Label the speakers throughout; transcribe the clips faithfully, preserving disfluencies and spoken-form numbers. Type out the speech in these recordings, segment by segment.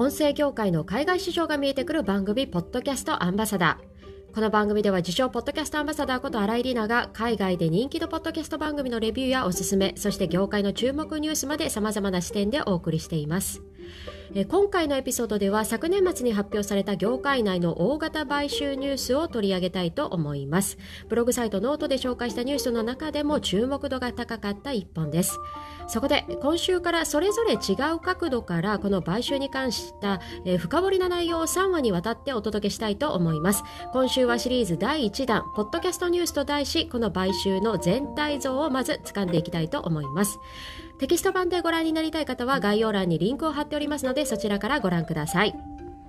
Speaker 1: 音声業界の海外市場が見えてくる番組、ポッドキャストアンバサダー。この番組では自称ポッドキャストアンバサダーこと新井里奈が海外で人気のポッドキャスト番組のレビューやおすすめ、そして業界の注目ニュースまで様々な視点でお送りしています。え今回のエピソードでは昨年末に発表された業界内の大型買収ニュースを取り上げたいと思います。ブログサイトノートで紹介したニュースの中でも注目度が高かった一本です。そこで今週からそれぞれ違う角度からこの買収に関した、えー、深掘りな内容をさんわにわたってお届けしたいと思います。今週はシリーズだいいちだんポッドキャストニュースと題し、この買収の全体像をまず掴んでいきたいと思います。テキスト版でご覧になりたい方は概要欄にリンクを貼っておりますので、そちらからご覧ください。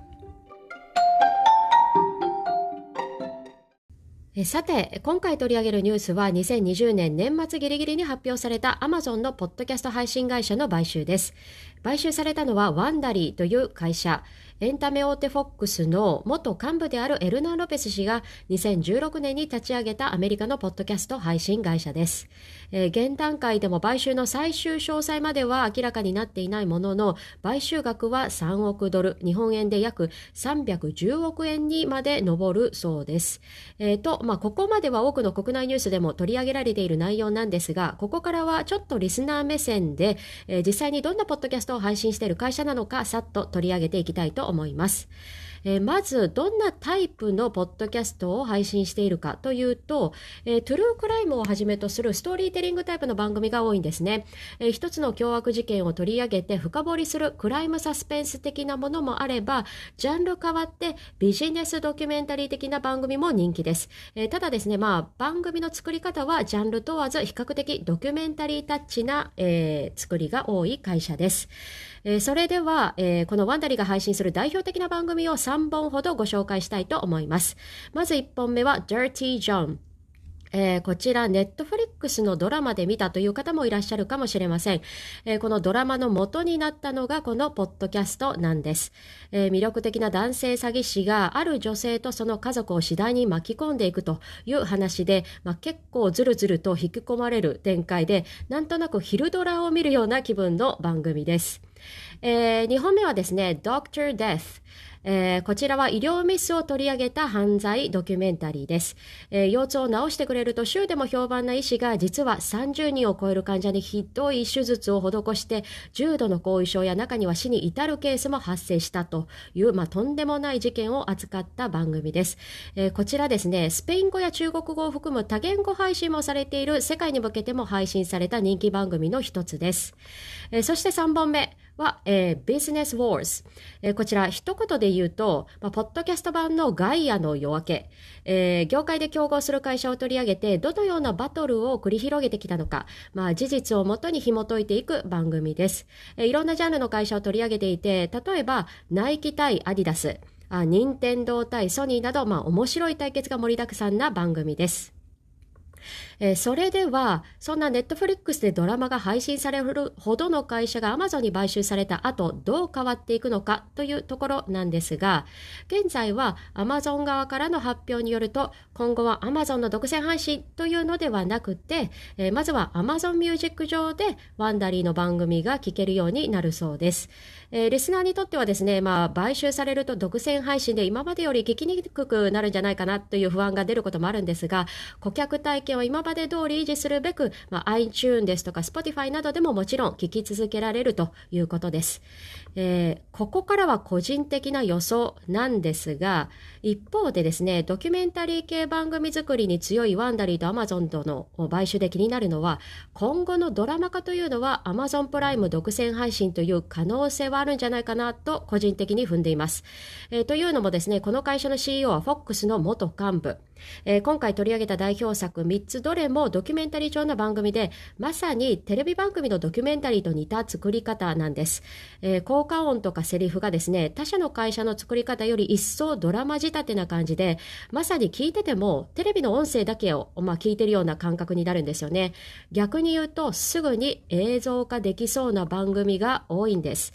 Speaker 1: さて、今回取り上げるニュースはにせんにじゅうねん年末ギリギリに発表された Amazon のポッドキャスト配信会社の買収です。買収されたのはワンダリーという会社。エンタメ大手 フォックス の元幹部であるエルナン・ロペス氏がにせんじゅうろくねんに立ち上げたアメリカのポッドキャスト配信会社です。えー、現段階でも買収の最終詳細までは明らかになっていないものの、買収額はさんおくドル、日本円で約さんびゃくじゅうおくえんにまで上るそうです。えーと、まあ、ここまでは多くの国内ニュースでも取り上げられている内容なんですが、ここからはちょっとリスナー目線で、えー、実際にどんなポッドキャストを配信している会社なのかさっと取り上げていきたいと思います。えー、まずどんなタイプのポッドキャストを配信しているかというと、えー、トゥルークライムをはじめとするストーリーテリングタイプの番組が多いんですね。えー、一つの凶悪事件を取り上げて深掘りするクライムサスペンス的なものもあれば、ジャンル変わってビジネスドキュメンタリー的な番組も人気です。えー、ただですね、まあ、番組の作り方はジャンル問わず比較的ドキュメンタリータッチな、えー、作りが多い会社です。えー、それでは、えー、このワンダリが配信する代表的な番組をさんぼんほどご紹介したいと思います。まずいっぽんめは Dirty John。えー、こちらネットフリックスのドラマで見たという方もいらっしゃるかもしれません。えー、このドラマの元になったのがこのポッドキャストなんです。えー、魅力的な男性詐欺師がある女性とその家族を次第に巻き込んでいくという話で、まあ、結構ずるずると引き込まれる展開で、なんとなく昼ドラを見るような気分の番組です。えー、にほんめはですね、ドクター Death。えー、こちらは医療ミスを取り上げた犯罪ドキュメンタリーです。えー、腰痛を治してくれると州でも評判な医師が実はさんじゅうにんを超える患者にひどい手術を施して重度の後遺症や中には死に至るケースも発生したという、まあ、とんでもない事件を扱った番組です。えー、こちらですね、スペイン語や中国語を含む多言語配信もされている世界に向けても配信された人気番組の一つです。えー、そしてさんぼんめは、えー、Business Wars。えー、こちら一言で言うと、まあ、ポッドキャスト版のガイアの夜明け、えー、業界で競合する会社を取り上げてどのようなバトルを繰り広げてきたのか、まあ、事実をもとに紐解いていく番組です。えー、いろんなジャンルの会社を取り上げていて、例えばナイキ対アディダス、あ、任天堂対ソニーなど、まあ、面白い対決が盛りだくさんな番組です。えー、それではそんなネットフリックスでドラマが配信されるほどの会社が Amazon に買収された後どう変わっていくのかというところなんですが、現在は Amazon 側からの発表によると、今後は Amazon の独占配信というのではなくて、えー、まずは Amazon Music 上でワンダリーの番組が聞けるようになるそうです。えー、リスナーにとってはですね、まあ、買収されると独占配信で今までより聞きにくくなるんじゃないかなという不安が出ることもあるんですが、顧客体験を今まで通り維持するべく、まあ、iTunes ですとか Spotify などでももちろん聞き続けられるということです。えー、ここからは個人的な予想なんですが、一方でですね、ドキュメンタリー系番組作りに強いワンダリーと Amazon との買収で気になるのは、今後のドラマ化というのは Amazon プライム独占配信という可能性はあるんじゃないかなと個人的に踏んでいます。えー、というのもですね、この会社の シーイーオー は フォックス の元幹部。えー、今回取り上げた代表作みっつどれもドキュメンタリー調の番組で、まさにテレビ番組のドキュメンタリーと似た作り方なんです。えー、効果音とかセリフがですね、他社の会社の作り方より一層ドラマ仕立てな感じで、まさに聞いててもテレビの音声だけを、まあ、聞いてるような感覚になるんですよね。逆に言うとすぐに映像化できそうな番組が多いんです。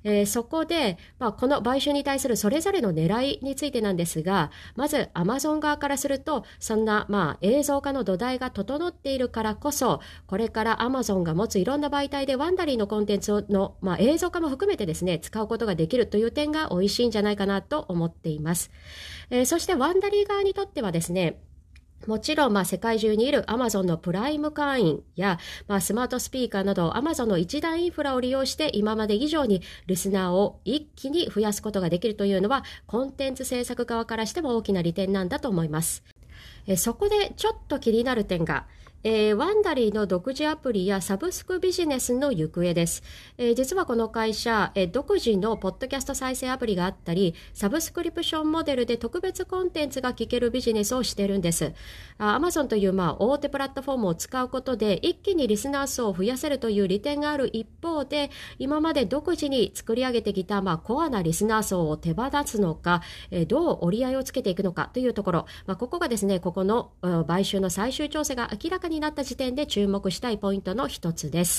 Speaker 1: えー、そこで、まあ、この買収に対するそれぞれの狙いについてなんですが、まずアマゾン側からすると、そんな、まあ、映像化の土台が整っているからこそ、これからアマゾンが持ついろんな媒体でワンダリーのコンテンツの、まあ、映像化も含めてですね、使うことができるという点が美味しいんじゃないかなと思っています。えー、そしてワンダリー側にとってはですね、もちろん、まあ、世界中にいる Amazon のプライム会員や、まあ、スマートスピーカーなど Amazon の一大インフラを利用して今まで以上にリスナーを一気に増やすことができるというのはコンテンツ制作側からしても大きな利点なんだと思います。えそこでちょっと気になる点が、えー、ワンダリーの独自アプリやサブスクビジネスの行方です。えー、実はこの会社、えー、独自のポッドキャスト再生アプリがあったり、サブスクリプションモデルで特別コンテンツが聞けるビジネスをしているんです。あ Amazon という、まあ、大手プラットフォームを使うことで一気にリスナー数を増やせるという利点がある一方で、今まで独自に作り上げてきた、まあ、コアなリスナー層を手放すのか、えー、どう折り合いをつけていくのかというところ、まあ、ここがですね、ここの買収の最終調整が明らかになった時点で注目したいポイントの一つです。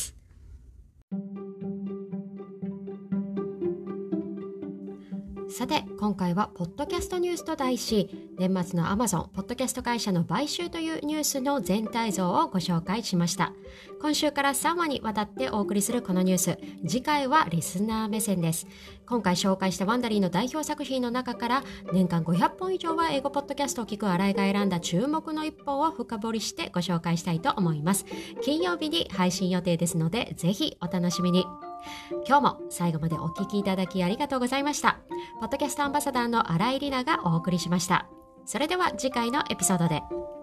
Speaker 1: さて、今回はポッドキャストニュースと題し、年末の Amazon ポッドキャスト会社の買収というニュースの全体像をご紹介しました。今週からさんわにわたってお送りするこのニュース、次回はリスナー目線です。今回紹介したワンダリーの代表作品の中から年間ごひゃっぽん以上は英語ポッドキャストを聞く新井が選んだ注目の一本を深掘りしてご紹介したいと思います。金曜日に配信予定ですので、ぜひお楽しみに。今日も最後までお聞きいただきありがとうございました。ポッドキャストアンバサダーの新井里奈がお送りしました。それでは次回のエピソードで。